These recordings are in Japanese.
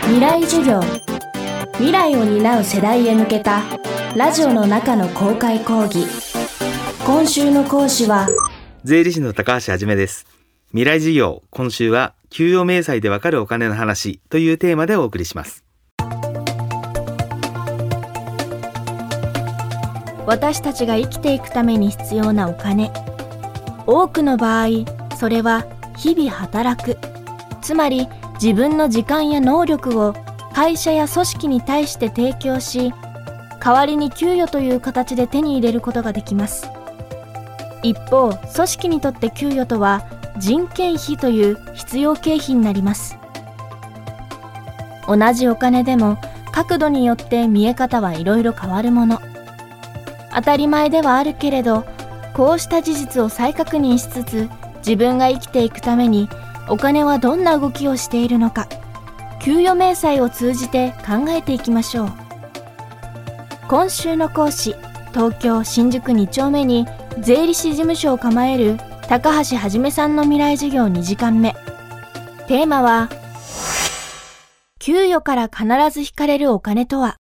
未来授業。未来を担う世代へ向けたラジオの中の公開講義。今週の講師は税理士の高橋はじめです。未来授業、今週は給与明細でわかるお金の話というテーマでお送りします。 私たちが生きていくために必要なお金。多くの場合、それは日々働く、つまり自分の時間や能力を会社や組織に対して提供し、代わりに給与という形で手に入れることができます。一方、組織にとって給与とは人件費という必要経費になります。同じお金でも角度によって見え方はいろいろ変わるもの。当たり前ではあるけれど、こうした事実を再確認しつつ、自分が生きていくためにお金はどんな動きをしているのか、給与明細を通じて考えていきましょう。今週の講師、東京新宿2丁目に税理士事務所を構える高橋はじめさんの未来授業2時間目。テーマは、給与から必ず引かれるお金とは。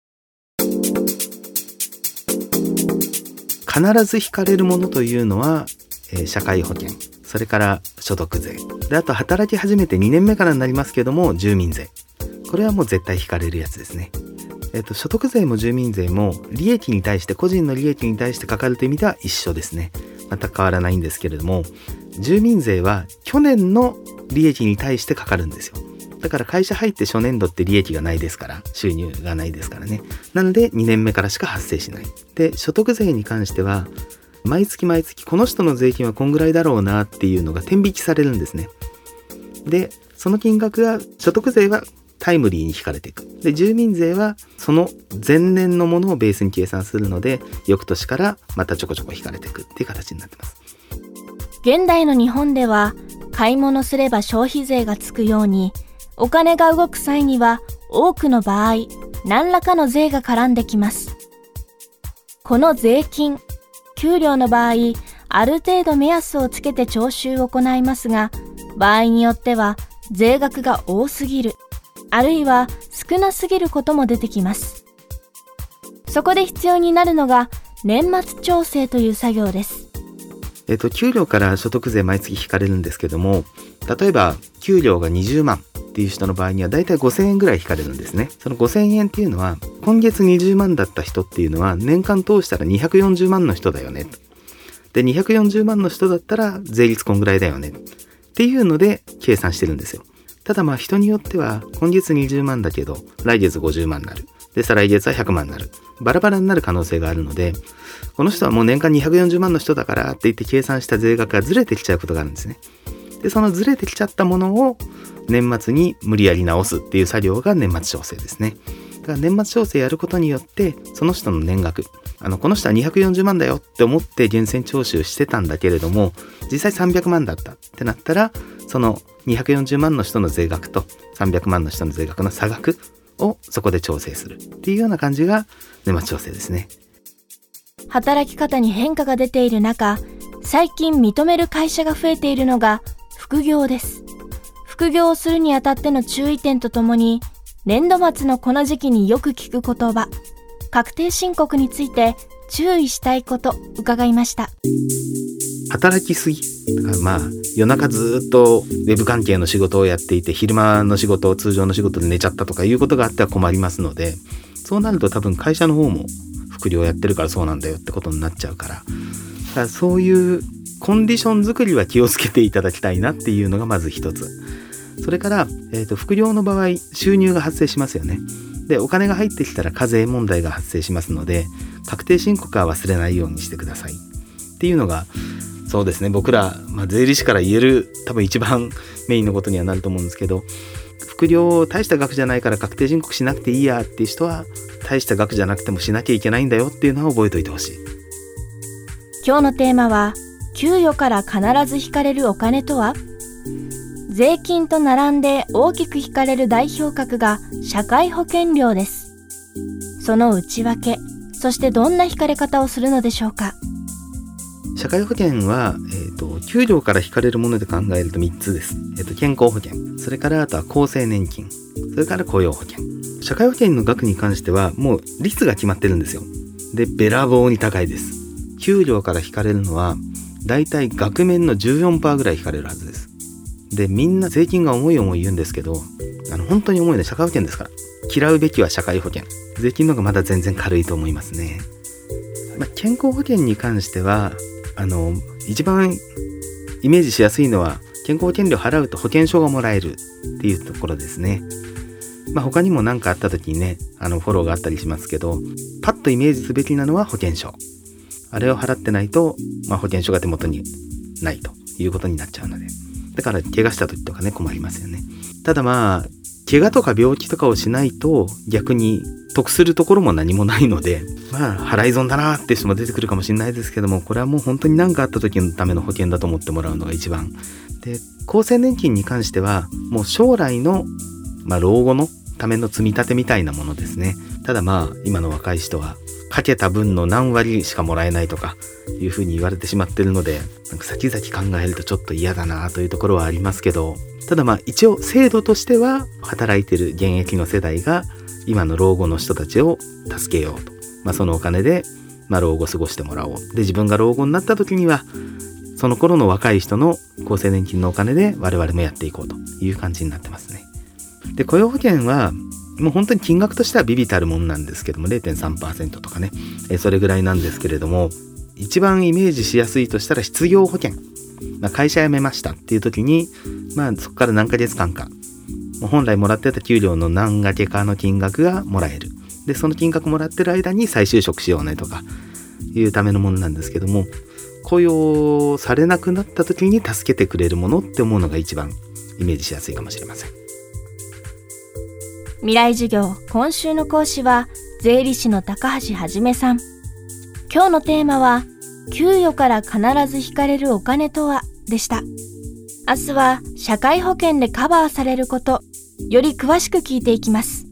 必ず引かれるものというのは、社会保険、それから所得税で、あと働き始めて2年目からになりますけども住民税、これはもう絶対引かれるやつですね。所得税も住民税も利益に対して、個人の利益に対してかかるという意味では一緒ですね。全く変わらないんですけれども、住民税は去年の利益に対してかかるんですよ。だから会社入って初年度って利益がないですから、収入がないですからね。なので2年目からしか発生しない。で、所得税に関しては毎月毎月この人の税金はこんぐらいだろうなっていうのが天引きされるんですね。で、その金額が、所得税はタイムリーに引かれていく。で、住民税はその前年のものをベースに計算するので、翌年からまたちょこちょこ引かれていくっていう形になってます。 現代の日本では、買い物すれば消費税がつくように、お金が動く際には多くの場合、何らかの税が絡んできます。この税金、給料の場合、ある程度目安をつけて徴収を行いますが、場合によっては税額が多すぎる、あるいは少なすぎることも出てきます。そこで必要になるのが年末調整という作業です。 給料から所得税毎月引かれるんですけども、例えば給料が20万っていう人の場合にはだいたい5000円ぐらい引かれるんですね。その5000円っていうのは、今月20万だった人っていうのは年間通したら240万の人だよね。で、240万の人だったら税率こんぐらいだよねっていうので計算してるんですよ。ただ人によっては今月20万だけど来月50万になる。で、再来月は100万になる。バラバラになる可能性があるので、この人はもう年間240万の人だからって言って計算した税額がずれてきちゃうことがあるんですね。で、そのずれてきちゃったものを年末に無理やり直すっていう作業が年末調整ですね。だから年末調整やることによって、その人の年額、この人は240万だよって思って源泉徴収してたんだけれども、実際300万だったってなったら、その240万の人の税額と300万の人の税額の差額をそこで調整するっていうような感じが年末調整ですね。 働き方に変化が出ている中、最近認める会社が増えているのが副業です。副業をするにあたっての注意点とともに、年度末のこの時期によく聞く言葉、確定申告について注意したいこと伺いました。 働きすぎ、夜中ずっとウェブ関係の仕事をやっていて、昼間の仕事を通常の仕事で寝ちゃったとかいうことがあっては困りますので、そうなると多分会社の方も副業やってるからそうなんだよってことになっちゃうから、だからそういうコンディション作りは気をつけていただきたいなっていうのがまず一つ。それから、副業の場合収入が発生しますよね。で、お金が入ってきたら課税問題が発生しますので、確定申告は忘れないようにしてくださいっていうのが、そうですね、僕ら、税理士から言える多分一番メインのことにはなると思うんですけど、副業大した額じゃないから確定申告しなくていいやっていう人は、大した額じゃなくてもしなきゃいけないんだよっていうのは覚えておいてほしい。 今日のテーマは、給与から必ず引かれるお金とは？税金と並んで大きく引かれる代表格が社会保険料です。その内訳、そしてどんな引かれ方をするのでしょうか。 社会保険は、給料から引かれるもので考えると3つです。健康保険、それからあとは厚生年金、そそれから雇用保険。社会保険の額に関してはもう率が決まってるんですよ。で、べらぼうに高いです。給料から引かれるのはだいたい額面の 14% ぐらい引かれるはずです。で、みんな税金が重い言うんですけど、本当に重いのは社会保険ですから。嫌うべきは社会保険。税金の方がまだ全然軽いと思いますね。健康保険に関しては一番イメージしやすいのは、健康保険料払うと保険証がもらえるっていうところですね。他にも何かあった時にね、フォローがあったりしますけど、パッとイメージすべきなのは保険証。あれを払ってないと、保険証が手元にないということになっちゃうので。だから怪我した時とかね、困りますよね。ただ怪我とか病気とかをしないと逆に得するところも何もないので、払い損だなって人も出てくるかもしれないですけども、これはもう本当に何かあった時のための保険だと思ってもらうのが一番で、厚生年金に関してはもう将来の、老後のための積み立てみたいなものですね。ただ今の若い人はかけた分の何割しかもらえないとかいうふうに言われてしまってるので、先々考えるとちょっと嫌だなというところはありますけど、ただ一応制度としては働いてる現役の世代が今の老後の人たちを助けようと、そのお金で老後過ごしてもらおう。で、自分が老後になった時にはその頃の若い人の厚生年金のお金で我々もやっていこうという感じになってますね。で、雇用保険はもう本当に金額としては微々たるもんなんですけども 0.3% とかね、それぐらいなんですけれども、一番イメージしやすいとしたら失業保険。会社辞めましたっていう時に、そこから何ヶ月間か、もう本来もらってた給料の何掛けかの金額がもらえる。で、その金額もらってる間に再就職しようねとかいうためのものなんですけども、雇用されなくなった時に助けてくれるものって思うのが一番イメージしやすいかもしれません。 未来授業、今週の講師は税理士の高橋はじめさん。今日のテーマは、給与から必ず引かれるお金とはでした。明日は社会保険でカバーされること、より詳しく聞いていきます。